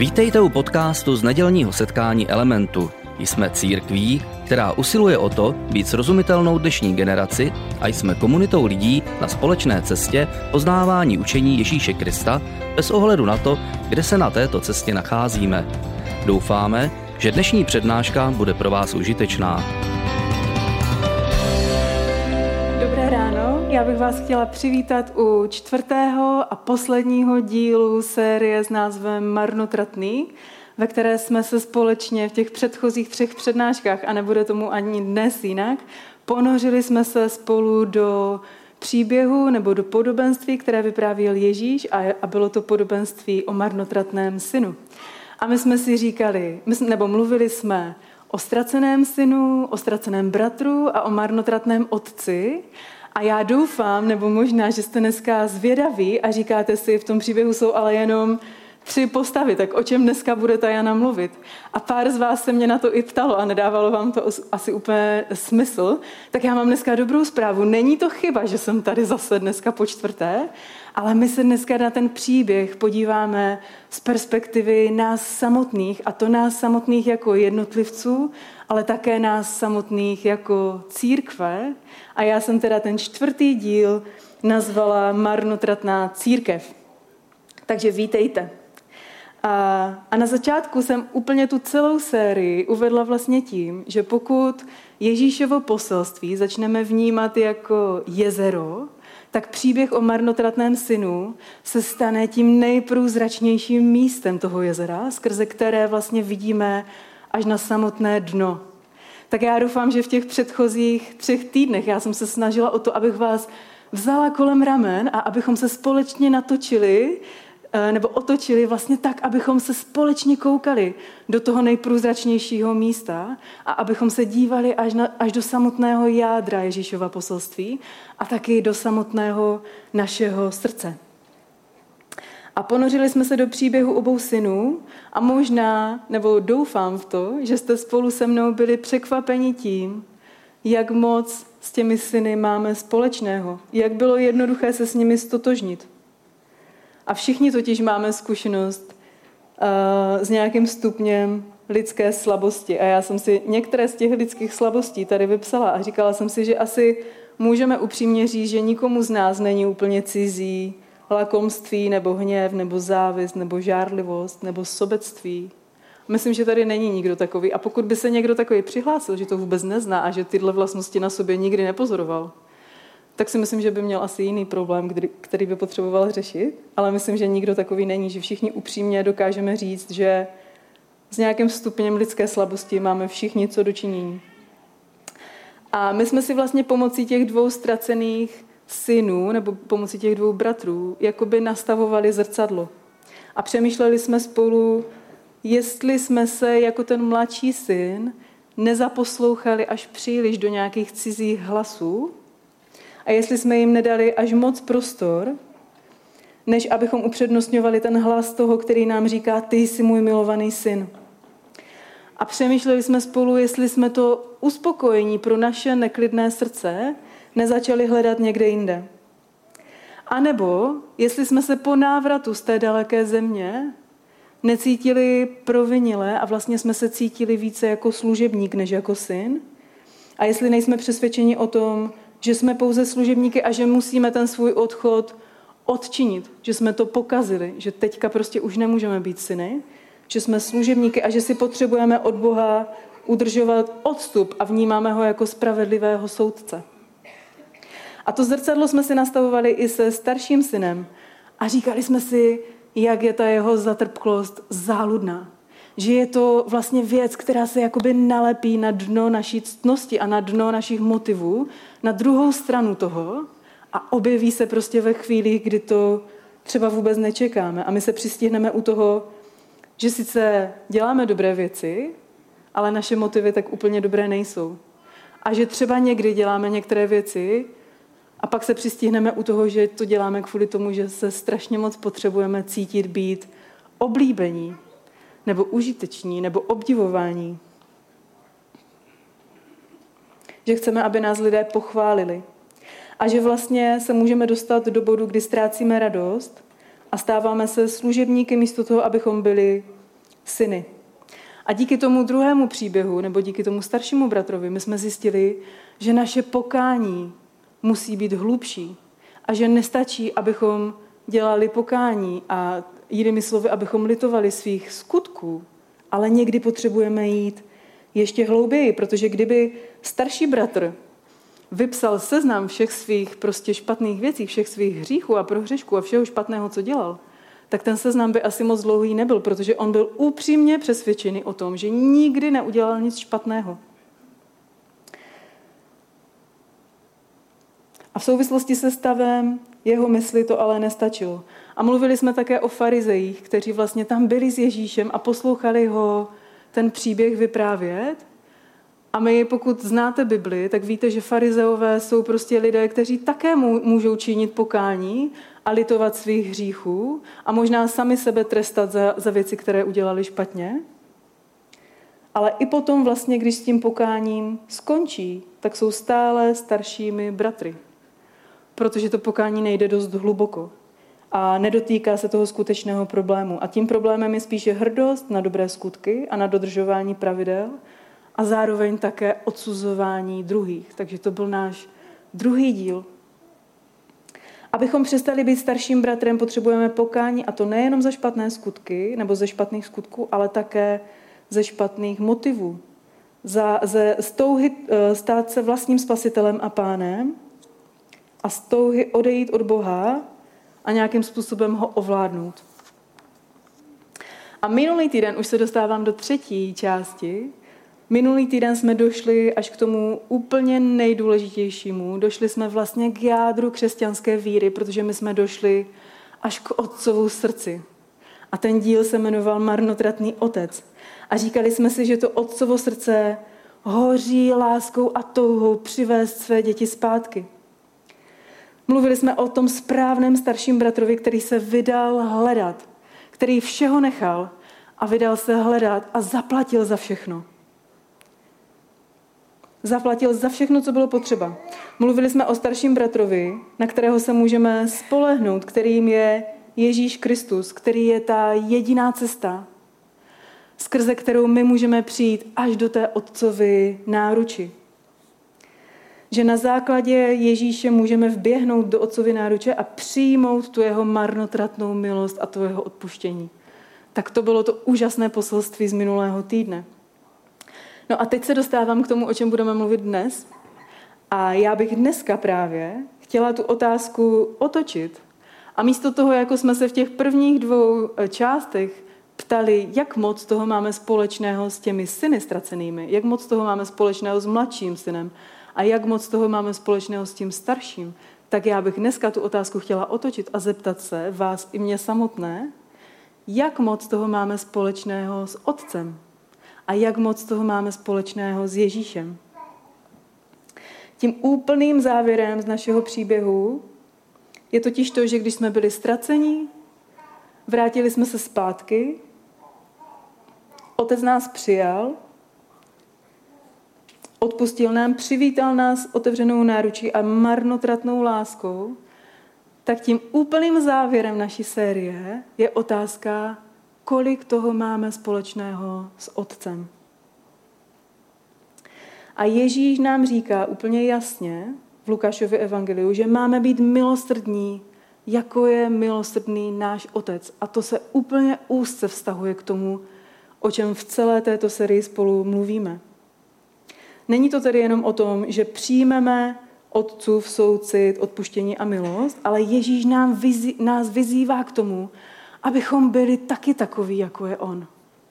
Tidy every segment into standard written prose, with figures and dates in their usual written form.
Vítejte u podcastu z nedělního setkání Elementu. Jsme církví, která usiluje o to být srozumitelnou dnešní generaci a jsme komunitou lidí na společné cestě poznávání učení Ježíše Krista bez ohledu na to, kde se na této cestě nacházíme. Doufáme, že dnešní přednáška bude pro vás užitečná. Dobré ráno, já bych vás chtěla přivítat u 4. a posledního dílu série s názvem Marnotratný, ve které jsme se společně v těch předchozích 3 přednáškách, a nebude tomu ani dnes jinak, ponořili jsme se spolu do příběhu nebo do podobenství, které vyprávěl Ježíš, a bylo to podobenství o marnotratném synu. A my jsme si říkali, mluvili jsme o ztraceném synu, o ztraceném bratru a o marnotratném otci. A já doufám, nebo možná, že jste dneska zvědaví a říkáte si, v tom příběhu jsou ale jenom 3 postavy, tak o čem dneska bude ta Jana mluvit? A pár z vás se mě na to i ptalo a nedávalo vám to asi úplně smysl. Tak já mám dneska dobrou zprávu. Není to chyba, že jsem tady zase dneska po 4., ale my se dneska na ten příběh podíváme z perspektivy nás samotných, a to nás samotných jako jednotlivců, ale také nás samotných jako církve. A já jsem teda ten 4. díl nazvala Marnotratná církev. Takže vítejte. A na začátku jsem úplně tu celou sérii uvedla vlastně tím, že pokud Ježíšovo poselství začneme vnímat jako jezero, tak příběh o marnotratném synu se stane tím nejprůzračnějším místem toho jezera, skrze které vlastně vidíme až na samotné dno. Tak já doufám, že v těch předchozích 3 týdnech já jsem se snažila o to, abych vás vzala kolem ramen a abychom se společně natočili nebo otočili vlastně tak, abychom se společně koukali do toho nejprůzračnějšího místa a abychom se dívali až do samotného jádra Ježíšova poselství a taky do samotného našeho srdce. A ponořili jsme se do příběhu obou synů a možná, nebo doufám v to, že jste spolu se mnou byli překvapeni tím, jak moc s těmi syny máme společného, jak bylo jednoduché se s nimi stotožnit. A všichni totiž máme zkušenost s nějakým stupněm lidské slabosti. A já jsem si některé z těch lidských slabostí tady vypsala a říkala jsem si, že asi můžeme upřímně říct, že nikomu z nás není úplně cizí lakomství, nebo hněv, nebo závist, nebo žárlivost, nebo sobectví. Myslím, že tady není nikdo takový. A pokud by se někdo takový přihlásil, že to vůbec nezná a že tyhle vlastnosti na sobě nikdy nepozoroval, tak si myslím, že by měl asi jiný problém, který by potřeboval řešit, ale myslím, že nikdo takový není, že všichni upřímně dokážeme říct, že s nějakým stupněm lidské slabosti máme všichni co do činění. A my jsme si vlastně pomocí těch 2 ztracených synů, nebo pomocí těch 2 bratrů, jakoby nastavovali zrcadlo. A přemýšleli jsme spolu, jestli jsme se jako ten mladší syn nezaposlouchali až příliš do nějakých cizích hlasů, a jestli jsme jim nedali až moc prostor, než abychom upřednostňovali ten hlas toho, který nám říká, ty jsi můj milovaný syn. A přemýšleli jsme spolu, jestli jsme to uspokojení pro naše neklidné srdce nezačali hledat někde jinde. A nebo jestli jsme se po návratu z té daleké země necítili provinile a vlastně jsme se cítili více jako služebník než jako syn. A jestli nejsme přesvědčeni o tom, že jsme pouze služebníky a že musíme ten svůj odchod odčinit, že jsme to pokazili, že teďka prostě už nemůžeme být syny, že jsme služebníky a že si potřebujeme od Boha udržovat odstup a vnímáme ho jako spravedlivého soudce. A to zrcadlo jsme si nastavovali i se starším synem a říkali jsme si, jak je ta jeho zatrpklost záludná. Že je to vlastně věc, která se jakoby nalepí na dno naší ctnosti a na dno našich motivů, na druhou stranu toho a objeví se prostě ve chvíli, kdy to třeba vůbec nečekáme. A my se přistihneme u toho, že sice děláme dobré věci, ale naše motivy tak úplně dobré nejsou. A že třeba někdy děláme některé věci a pak se přistihneme u toho, že to děláme kvůli tomu, že se strašně moc potřebujeme cítit být oblíbení, nebo užiteční, nebo obdivování. Že chceme, aby nás lidé pochválili. A že vlastně se můžeme dostat do bodu, kdy ztrácíme radost a stáváme se služebníky místo toho, abychom byli syny. A díky tomu druhému příběhu, nebo díky tomu staršímu bratrovi, my jsme zjistili, že naše pokání musí být hlubší a že nestačí, abychom dělali pokání a jinými slovy, abychom litovali svých skutků, ale někdy potřebujeme jít ještě hlouběji, protože kdyby starší bratr vypsal seznam všech svých prostě špatných věcí, všech svých hříchů a prohřešků a všeho špatného, co dělal, tak ten seznam by asi moc dlouhý nebyl, protože on byl upřímně přesvědčený o tom, že nikdy neudělal nic špatného. A v souvislosti se stavem jeho mysli to ale nestačilo. A mluvili jsme také o farizejích, kteří vlastně tam byli s Ježíšem a poslouchali ho ten příběh vyprávět. A my, pokud znáte Bibli, tak víte, že farizeové jsou prostě lidé, kteří také můžou činit pokání a litovat svých hříchů a možná sami sebe trestat za věci, které udělali špatně. Ale i potom vlastně, když s tím pokáním skončí, tak jsou stále staršími bratry. Protože to pokání nejde dost hluboko a nedotýká se toho skutečného problému. A tím problémem je spíše hrdost na dobré skutky a na dodržování pravidel a zároveň také odsuzování druhých. Takže to byl náš druhý díl. Abychom přestali být starším bratrem, potřebujeme pokání, a to nejenom za špatné skutky nebo ze špatných skutků, ale také ze špatných motivů. Z touhy stát se vlastním spasitelem a pánem a z touhy odejít od Boha a nějakým způsobem ho ovládnout. A minulý týden, už se dostávám do třetí části, minulý týden jsme došli až k tomu úplně nejdůležitějšímu. Došli jsme vlastně k jádru křesťanské víry, protože my jsme došli až k Otcovu srdci. A ten díl se jmenoval Marnotratný otec. A říkali jsme si, že to Otcovo srdce hoří láskou a touhou přivést své děti zpátky. Mluvili jsme o tom správném starším bratrovi, který se vydal hledat, který všeho nechal a vydal se hledat a zaplatil za všechno. Zaplatil za všechno, co bylo potřeba. Mluvili jsme o starším bratrovi, na kterého se můžeme spolehnout, kterým je Ježíš Kristus, který je ta jediná cesta, skrze kterou my můžeme přijít až do té Otcovy náruči. Že na základě Ježíše můžeme vběhnout do Otcovy náruče a přijmout tu jeho marnotratnou milost a to jeho odpuštění. Tak to bylo to úžasné poselství z minulého týdne. No a teď se dostávám k tomu, o čem budeme mluvit dnes. A já bych dneska právě chtěla tu otázku otočit. A místo toho, jako jsme se v těch prvních 2 částech ptali, jak moc toho máme společného s těmi syny ztracenými, jak moc toho máme společného s mladším synem a jak moc toho máme společného s tím starším, tak já bych dneska tu otázku chtěla otočit a zeptat se vás i mě samotné, jak moc toho máme společného s Otcem a jak moc toho máme společného s Ježíšem. Tím úplným závěrem z našeho příběhu je totiž to, že když jsme byli ztraceni, vrátili jsme se zpátky, Otec nás přijal, odpustil nám, přivítal nás otevřenou náručí a marnotratnou láskou, tak tím úplným závěrem naší série je otázka, kolik toho máme společného s Otcem. A Ježíš nám říká úplně jasně v Lukášově evangeliu, že máme být milosrdní, jako je milosrdný náš Otec. A to se úplně úzce vztahuje k tomu, o čem v celé této sérii spolu mluvíme. Není to tedy jenom o tom, že přijmeme Otcův soucit, odpuštění a milost, ale Ježíš nás vyzývá k tomu, abychom byli taky takoví, jako je on.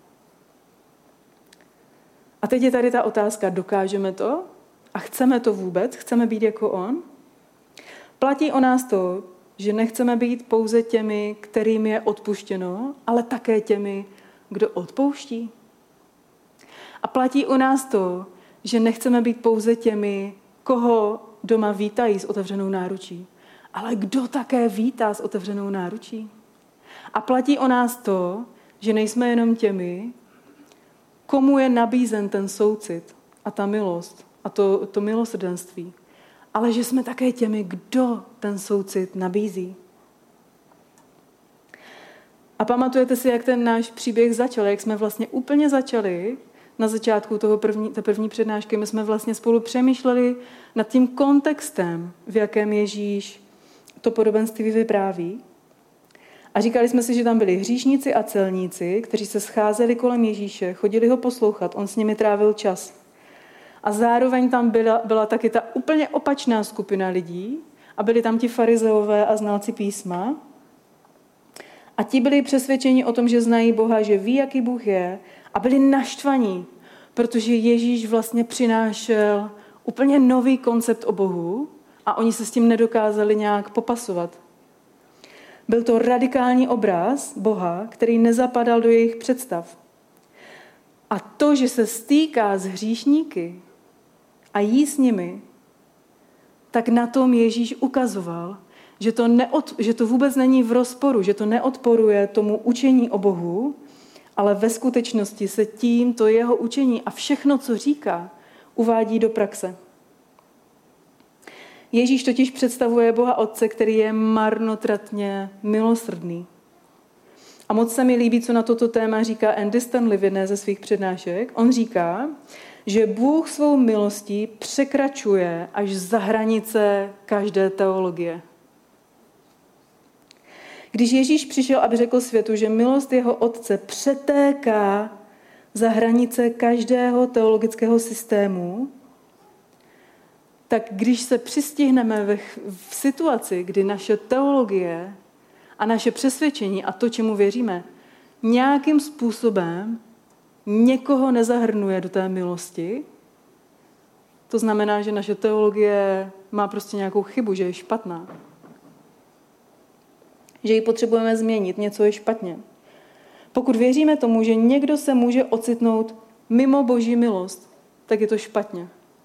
A teď je tady ta otázka, dokážeme to? A chceme to vůbec? Chceme být jako on? Platí o nás to, že nechceme být pouze těmi, kterým je odpuštěno, ale také těmi, kdo odpouští. A platí o nás to, že nechceme být pouze těmi, koho doma vítají s otevřenou náručí, ale kdo také vítá s otevřenou náručí. A platí o nás to, že nejsme jenom těmi, komu je nabízen ten soucit a ta milost a to milosrdenství, ale že jsme také těmi, kdo ten soucit nabízí. A pamatujete si, jak ten náš příběh začal, jak jsme vlastně úplně začali na začátku té první přednášky. My jsme vlastně spolu přemýšleli nad tím kontextem, v jakém Ježíš to podobenství vypráví. A říkali jsme si, že tam byli hříšníci a celníci, kteří se scházeli kolem Ježíše, chodili ho poslouchat, on s nimi trávil čas. A zároveň tam byla taky ta úplně opačná skupina lidí a byli tam ti farizeové a znalci písma. A ti byli přesvědčeni o tom, že znají Boha, že ví, jaký Bůh je, a byli naštvaní, protože Ježíš vlastně přinášel úplně nový koncept o Bohu a oni se s tím nedokázali nějak popasovat. Byl to radikální obraz Boha, který nezapadal do jejich představ. A to, že se stýká s hříšníky a jí s nimi, tak na tom Ježíš ukazoval, že to vůbec není v rozporu, že to neodporuje tomu učení o Bohu, ale ve skutečnosti se tímto jeho učení a všechno, co říká, uvádí do praxe. Ježíš totiž představuje Boha Otce, který je marnotratně milosrdný. A moc se mi líbí, co na toto téma říká Andy Stanley v jedné ze svých přednášek. On říká, že Bůh svou milostí překračuje až za hranice každé teologie. Když Ježíš přišel, aby řekl světu, že milost jeho Otce přetéká za hranice každého teologického systému, tak když se přistihneme v situaci, kdy naše teologie a naše přesvědčení a to, čemu věříme, nějakým způsobem někoho nezahrnuje do té milosti, to znamená, že naše teologie má prostě nějakou chybu, že je špatná. Že ji potřebujeme změnit, něco je špatně. Pokud věříme tomu, že někdo se může ocitnout mimo Boží milost, tak je to špatně.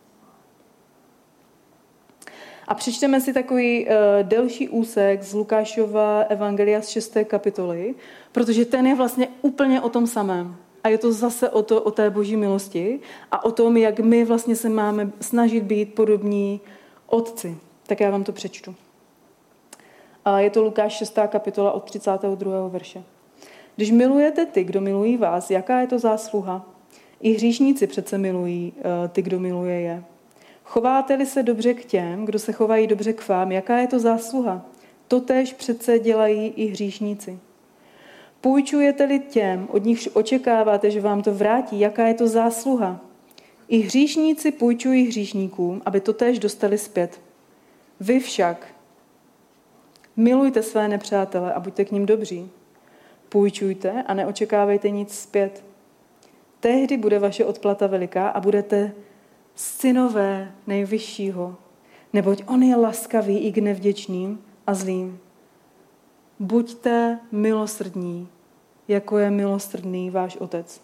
A přečteme si takový delší úsek z Lukášova evangelia z 6. kapitoly, protože ten je vlastně úplně o tom samém. A je to zase o té Boží milosti a o tom, jak my vlastně se máme snažit být podobní Otci. Tak já vám to přečtu. A je to Lukáš 6. kapitola od 32. verše. Když milujete ty, kdo milují vás, jaká je to zásluha? I hříšníci přece milují ty, kdo miluje je. Chováte-li se dobře k těm, kdo se chovají dobře k vám, jaká je to zásluha? Totéž přece dělají i hříšníci. Půjčujete-li těm, od nichž očekáváte, že vám to vrátí, jaká je to zásluha? I hříšníci půjčují hříšníkům, aby totéž dostali zpět. Vy však milujte své nepřátele a buďte k nim dobří. Půjčujte a neočekávejte nic zpět. Tehdy bude vaše odplata veliká a budete synové nejvyššího, neboť on je laskavý i k nevděčným a zlým. Buďte milosrdní, jako je milosrdný váš Otec.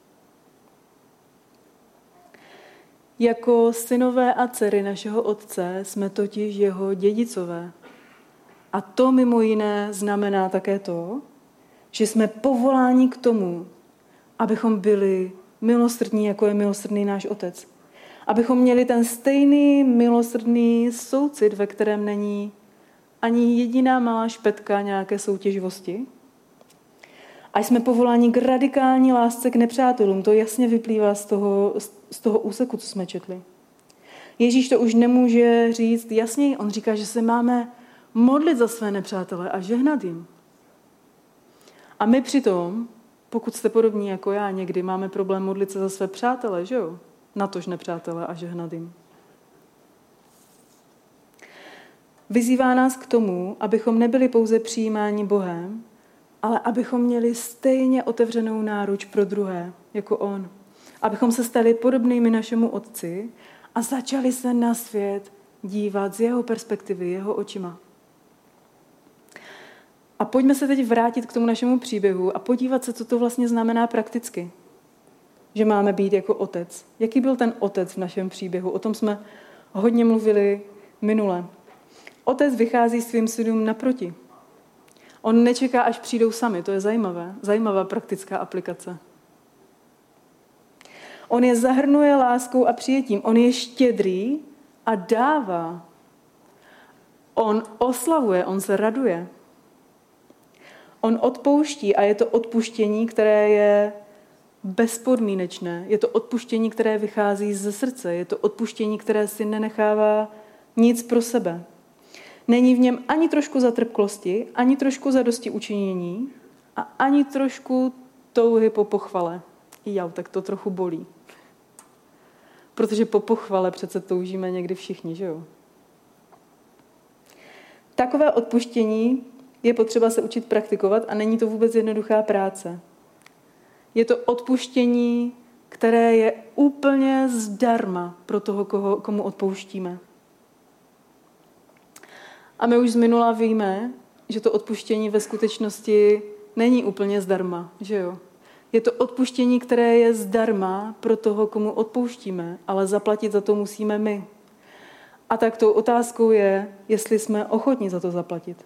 Jako synové a dcery našeho Otce jsme totiž jeho dědicové. A to mimo jiné znamená také to, že jsme povoláni k tomu, abychom byli milosrdní, jako je milosrdný náš Otec. Abychom měli ten stejný milosrdný soucit, ve kterém není ani jediná malá špetka nějaké soutěživosti. A jsme povoláni k radikální lásce k nepřátelům. To jasně vyplývá z toho úseku, co jsme četli. Ježíš to už nemůže říct jasněji. On říká, že se máme modlit za své nepřátele a žehnat jim. A my přitom, pokud jste podobní jako já, někdy máme problém modlit se za své přátele, že jo? Natož nepřátele a žehnat jim. Vyzývá nás k tomu, abychom nebyli pouze přijímáni Bohem, ale abychom měli stejně otevřenou náruč pro druhé, jako on. Abychom se stali podobnými našemu Otci a začali se na svět dívat z jeho perspektivy, jeho očima. A pojďme se teď vrátit k tomu našemu příběhu a podívat se, co to vlastně znamená prakticky. Že máme být jako otec. Jaký byl ten otec v našem příběhu? O tom jsme hodně mluvili minule. Otec vychází svým synům naproti. On nečeká, až přijdou sami. To je zajímavá praktická aplikace. On je zahrnuje láskou a přijetím. On je štědrý a dává. On oslavuje, on se raduje. On odpouští a je to odpuštění, které je bezpodmínečné. Je to odpuštění, které vychází ze srdce. Je to odpuštění, které si nenechává nic pro sebe. Není v něm ani trošku zatrpklosti, ani trošku zadosti učinění a ani trošku touhy po pochvale. Tak to trochu bolí. Protože po pochvale přece toužíme někdy všichni, že jo? Takové odpuštění je potřeba se učit praktikovat a není to vůbec jednoduchá práce. Je to odpuštění, které je úplně zdarma pro toho, komu odpouštíme. A my už z minula víme, že to odpuštění ve skutečnosti není úplně zdarma, že jo? Je to odpuštění, které je zdarma pro toho, komu odpouštíme, ale zaplatit za to musíme my. A tak tou otázkou je, jestli jsme ochotni za to zaplatit.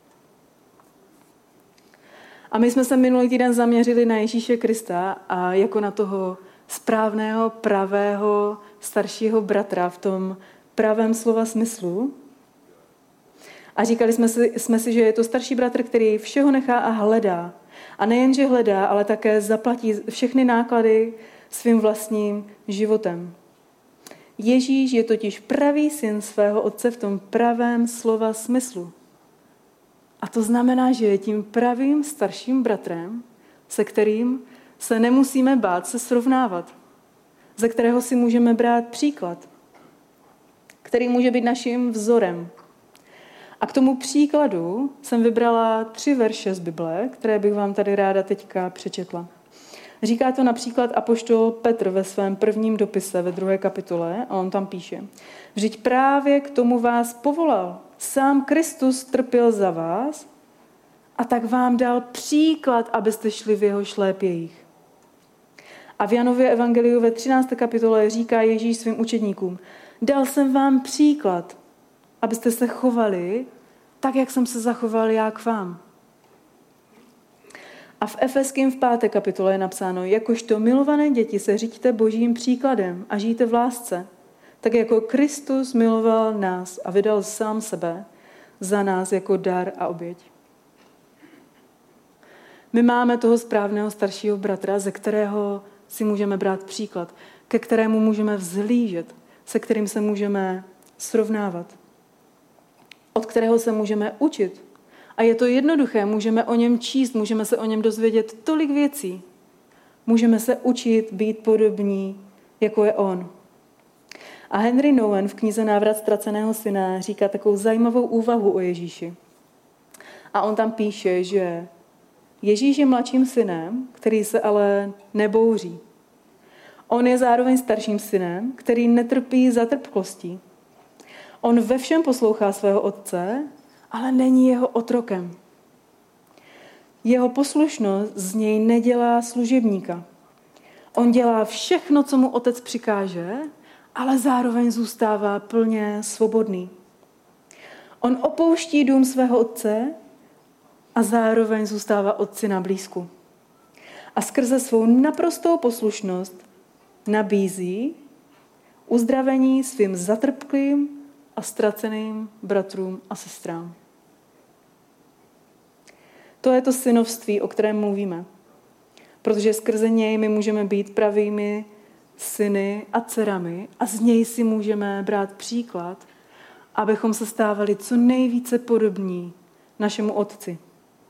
A my jsme se minulý týden zaměřili na Ježíše Krista a jako na toho správného, pravého, staršího bratra v tom pravém slova smyslu. A říkali jsme si, že je to starší bratr, který všeho nechá a hledá. A nejen, že hledá, ale také zaplatí všechny náklady svým vlastním životem. Ježíš je totiž pravý syn svého otce v tom pravém slova smyslu. A to znamená, že je tím pravým starším bratrem, se kterým se nemusíme bát se srovnávat, ze kterého si můžeme brát příklad, který může být naším vzorem. A k tomu příkladu jsem vybrala 3 verše z Bible, které bych vám tady ráda teďka přečetla. Říká to například apoštol Petr ve svém prvním dopise ve 2. kapitole a on tam píše: Vždyť právě k tomu vás povolal. Sám Kristus trpěl za vás a tak vám dal příklad, abyste šli v jeho šlépějích. A v Janově evangeliu ve 13. kapitole říká Ježíš svým učedníkům: Dal jsem vám příklad, abyste se chovali tak, jak jsem se zachoval já k vám. A v Efeským v 5. kapitole je napsáno: Jakožto milované děti se řiďte Božím příkladem a žijte v lásce, tak jako Kristus miloval nás a vydal sám sebe za nás jako dar a oběť. My máme toho správného staršího bratra, ze kterého si můžeme brát příklad, ke kterému můžeme vzhlížet, se kterým se můžeme srovnávat, od kterého se můžeme učit. A je to jednoduché, můžeme o něm číst, můžeme se o něm dozvědět tolik věcí. Můžeme se učit být podobní, jako je on. A Henry Nouwen v knize Návrat ztraceného syna říká takovou zajímavou úvahu o Ježíši. A on tam píše, že Ježíš je mladším synem, který se ale nebouří. On je zároveň starším synem, který netrpí zatrpklostí. On ve všem poslouchá svého otce, ale není jeho otrokem. Jeho poslušnost z něj nedělá služebníka. On dělá všechno, co mu otec přikáže, ale zároveň zůstává plně svobodný. On opouští dům svého otce a zároveň zůstává otci na blízku. A skrze svou naprostou poslušnost nabízí uzdravení svým zatrpklým a ztraceným bratrům a sestrám. To je to synovství, o kterém mluvíme. Protože skrze něj my můžeme být pravými syny a dcerami a z něj si můžeme brát příklad, abychom se stávali co nejvíce podobní našemu otci.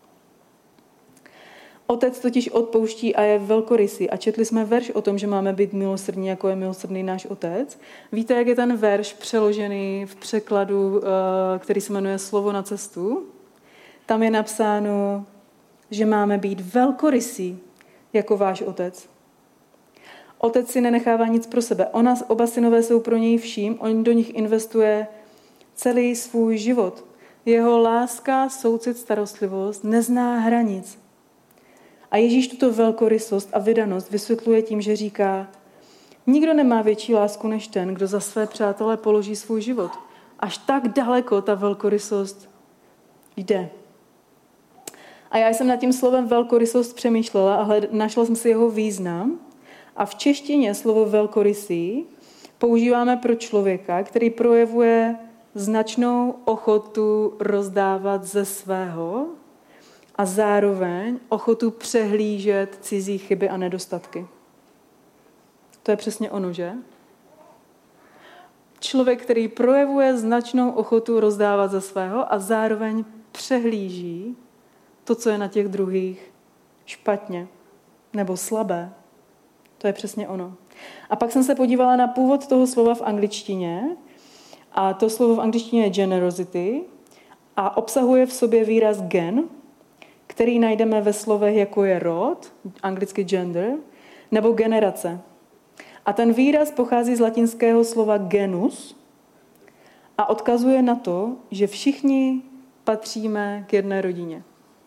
Otec totiž odpouští a je velkorysý. A četli jsme verš o tom, že máme být milosrdní, jako je milosrdný náš otec. Víte, jak je ten verš přeložený v překladu, který se jmenuje Slovo na cestu? Tam je napsáno, že máme být velkorysí, jako váš otec. Otec si nenechává nic pro sebe. Oba synové jsou pro něj vším, on do nich investuje celý svůj život. Jeho láska, soucit, starostlivost nezná hranic. A Ježíš tuto velkorysost a vydanost vysvětluje tím, že říká: Nikdo nemá větší lásku než ten, kdo za své přátele položí svůj život. Až tak daleko ta velkorysost jde. A já jsem nad tím slovem velkorysost přemýšlela a našla jsem si jeho význam. A v češtině slovo velkorysý používáme pro člověka, který projevuje značnou ochotu rozdávat ze svého a zároveň ochotu přehlížet cizí chyby a nedostatky. To je přesně ono, že? Člověk, který projevuje značnou ochotu rozdávat ze svého a zároveň přehlíží to, co je na těch druhých špatně nebo slabé. To je přesně ono. A pak jsem se podívala na původ toho slova v angličtině. A to slovo v angličtině je generosity a obsahuje v sobě výraz gen, který najdeme ve slovech, jako je rod, anglicky gender, nebo generace. A ten výraz pochází z latinského slova genus a odkazuje na to, že všichni patříme k jedné rodině.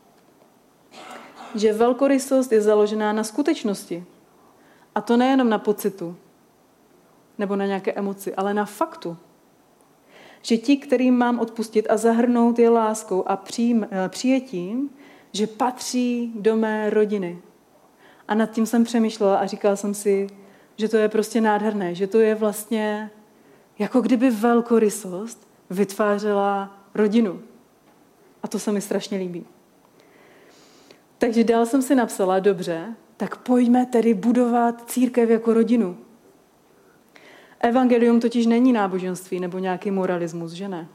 Že velkorysost je založená na skutečnosti. A to nejenom na pocitu nebo na nějaké emoci, ale na faktu. Že ti, kterým mám odpustit a zahrnout je láskou a přijetím, že patří do mé rodiny. A nad tím jsem přemýšlela a říkala jsem si, že to je prostě nádherné, že to je vlastně jako kdyby velkorysost vytvářela rodinu. A to se mi strašně líbí. Takže dál jsem si napsala, dobře, tak pojďme tedy budovat církev jako rodinu. Evangelium totiž není náboženství nebo nějaký moralismus, že ne?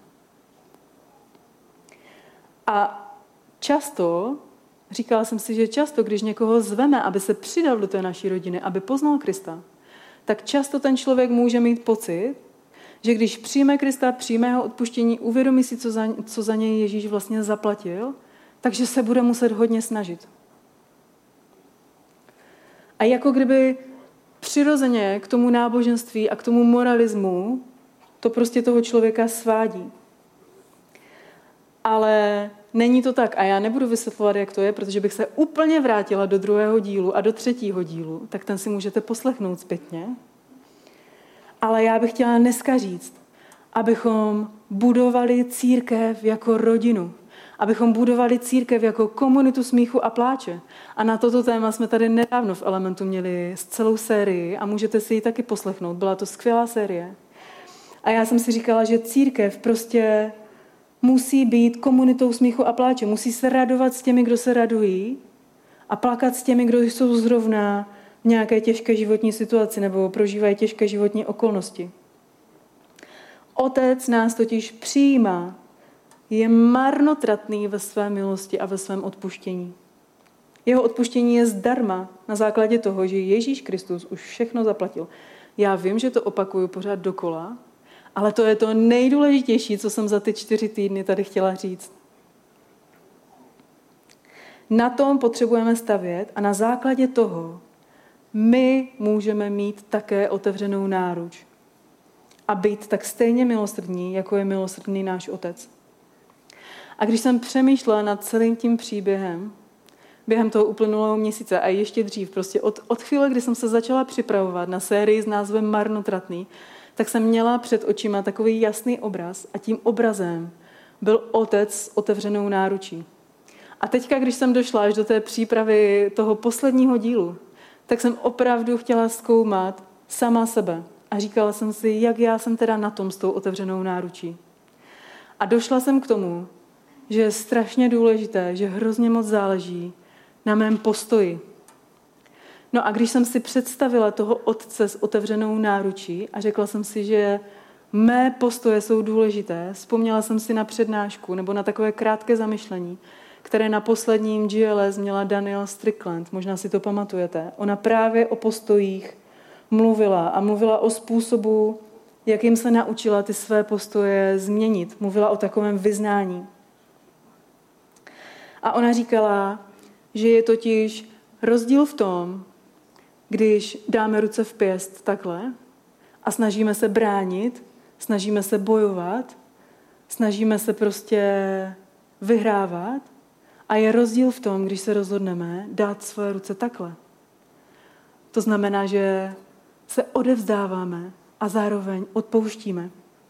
A často, říkala jsem si, že často, když někoho zveme, aby se přidal do té naší rodiny, aby poznal Krista, tak často ten člověk může mít pocit, že když přijme Krista, přijme jeho odpuštění, uvědomí si, co za něj Ježíš vlastně zaplatil, takže se bude muset hodně snažit. A jako kdyby přirozeně k tomu náboženství a k tomu moralismu to prostě toho člověka svádí. Ale není to tak. A já nebudu vysvětlovat, jak to je, protože bych se úplně vrátila do 2. dílu a do 3. dílu, tak ten si můžete poslechnout zpětně. Ale já bych chtěla dneska říct, abychom budovali církev jako rodinu. Abychom budovali církev jako komunitu smíchu a pláče. A na toto téma jsme tady nedávno v Elementu měli celou sérii a můžete si ji taky poslechnout. Byla to skvělá série. A já jsem si říkala, že církev prostě musí být komunitou smíchu a pláče. Musí se radovat s těmi, kdo se radují a plakat s těmi, kdo jsou zrovna v nějaké těžké životní situaci nebo prožívají těžké životní okolnosti. Otec nás totiž přijímá, je marnotratný ve své milosti a ve svém odpuštění. Jeho odpuštění je zdarma na základě toho, že Ježíš Kristus už všechno zaplatil. Já vím, že to opakuju pořád dokola, ale to je to nejdůležitější, co jsem za ty 4 týdny tady chtěla říct. Na tom potřebujeme stavět a na základě toho my můžeme mít také otevřenou náruč a být tak stejně milosrdní, jako je milosrdný náš Otec. A když jsem přemýšlela nad celým tím příběhem, během toho uplynulého měsíce a ještě dřív, prostě od chvíle, kdy jsem se začala připravovat na sérii s názvem Marnotratný, tak jsem měla před očima takový jasný obraz a tím obrazem byl Otec s otevřenou náručí. A teďka, když jsem došla až do té přípravy toho posledního dílu, tak jsem opravdu chtěla zkoumat sama sebe. A říkala jsem si, jak já jsem teda na tom s tou otevřenou náručí. A došla jsem k tomu, že je strašně důležité, že hrozně moc záleží na mém postoji. No a když jsem si představila toho Otce s otevřenou náručí a řekla jsem si, že mé postoje jsou důležité, vzpomněla jsem si na přednášku nebo na takové krátké zamyšlení, které na posledním GLS měla Danielle Strickland, možná si to pamatujete. Ona právě o postojích mluvila a mluvila o způsobu, jakým se naučila ty své postoje změnit. Mluvila o takovém vyznání. A ona říkala, že je totiž rozdíl v tom, když dáme ruce v pěst takhle a snažíme se bránit, snažíme se bojovat, snažíme se prostě vyhrávat a je rozdíl v tom, když se rozhodneme dát svoje ruce takhle. To znamená, že se odevzdáváme a zároveň odpouštíme.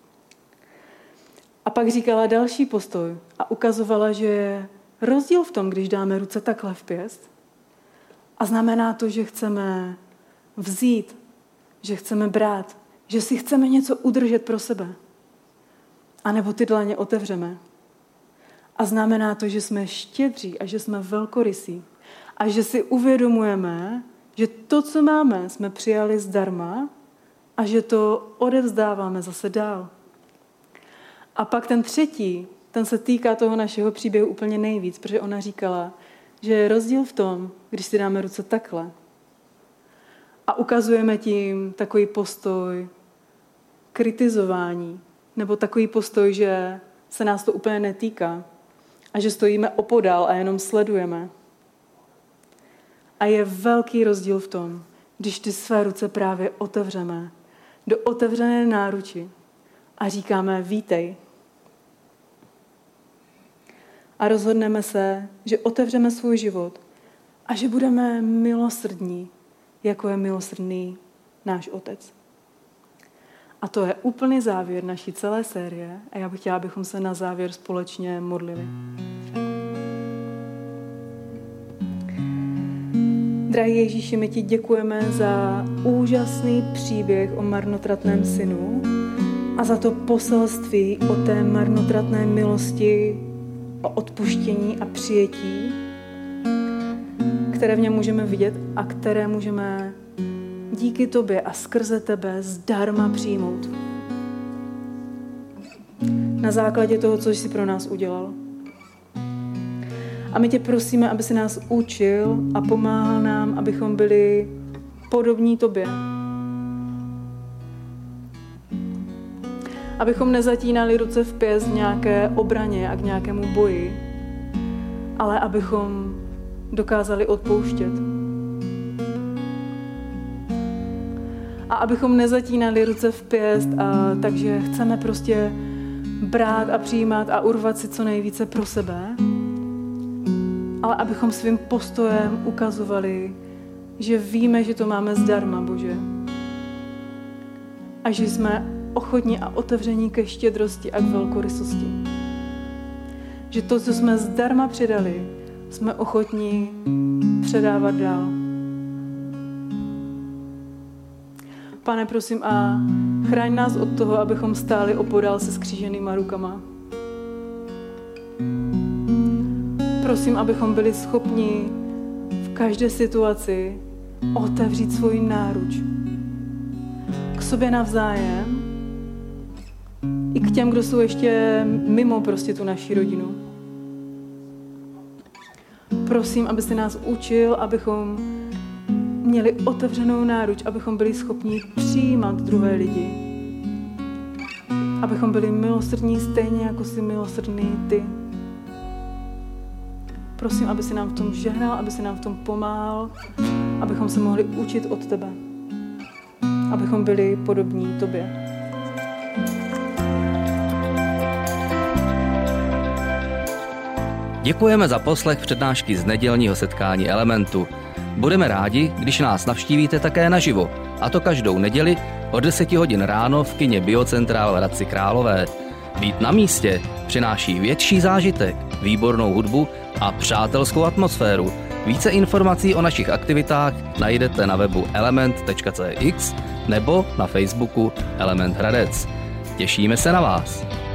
A pak říkala další postoj a ukazovala, že je rozdíl v tom, když dáme ruce takhle v pěst a znamená to, že chceme vzít, že chceme brát, že si chceme něco udržet pro sebe. A nebo ty dlaně otevřeme. A znamená to, že jsme štědří a že jsme velkorysí. A že si uvědomujeme, že to, co máme, jsme přijali zdarma a že to odevzdáváme zase dál. A pak ten třetí, ten se týká toho našeho příběhu úplně nejvíc, protože ona říkala, že je rozdíl v tom, když si dáme ruce takhle a ukazujeme tím takový postoj kritizování, nebo takový postoj, že se nás to úplně netýká a že stojíme opodál a jenom sledujeme. A je velký rozdíl v tom, když ty své ruce právě otevřeme do otevřené náruči a říkáme vítej. A rozhodneme se, že otevřeme svůj život a že budeme milosrdní, jako je milosrdný náš Otec. A to je úplný závěr naší celé série a já bych chtěla, abychom se na závěr společně modlili. Drahý Ježíši, my ti děkujeme za úžasný příběh o marnotratném synu a za to poselství o té marnotratné milosti, o odpuštění a přijetí, které v něm můžeme vidět a které můžeme díky tobě a skrze tebe zdarma přijmout. Na základě toho, co jsi pro nás udělal. A my tě prosíme, aby si nás učil a pomáhal nám, abychom byli podobní tobě. Abychom nezatínali ruce v pěst nějaké obraně a k nějakému boji, ale abychom dokázali odpouštět. A abychom nezatínali ruce v pěst, takže chceme prostě brát a přijímat a urvat si co nejvíce pro sebe, ale abychom svým postojem ukazovali, že víme, že to máme zdarma, Bože. A že jsme ochotní a otevření ke štědrosti a k velkorysosti. Že to, co jsme zdarma předali, jsme ochotní předávat dál. Pane, prosím, a chraň nás od toho, abychom stáli opodál se skříženýma rukama. Prosím, abychom byli schopni v každé situaci otevřít svůj náruč. K sobě navzájem i k těm, kdo jsou ještě mimo prostě tu naši rodinu. Prosím, aby si nás učil, abychom měli otevřenou náruč, abychom byli schopni přijímat druhé lidi. Abychom byli milosrdní stejně, jako jsi milosrdný ty. Prosím, aby si nám v tom žehnal, aby si nám v tom pomáhal, abychom se mohli učit od tebe. Abychom byli podobní tobě. Děkujeme za poslech přednášky z nedělního setkání Elementu. Budeme rádi, když nás navštívíte také naživo, a to každou neděli od 10 hodin ráno v kině Biocentrál v Hradci Králové. Být na místě přináší větší zážitek, výbornou hudbu a přátelskou atmosféru. Více informací o našich aktivitách najdete na webu element.cx nebo na Facebooku Element Hradec. Těšíme se na vás.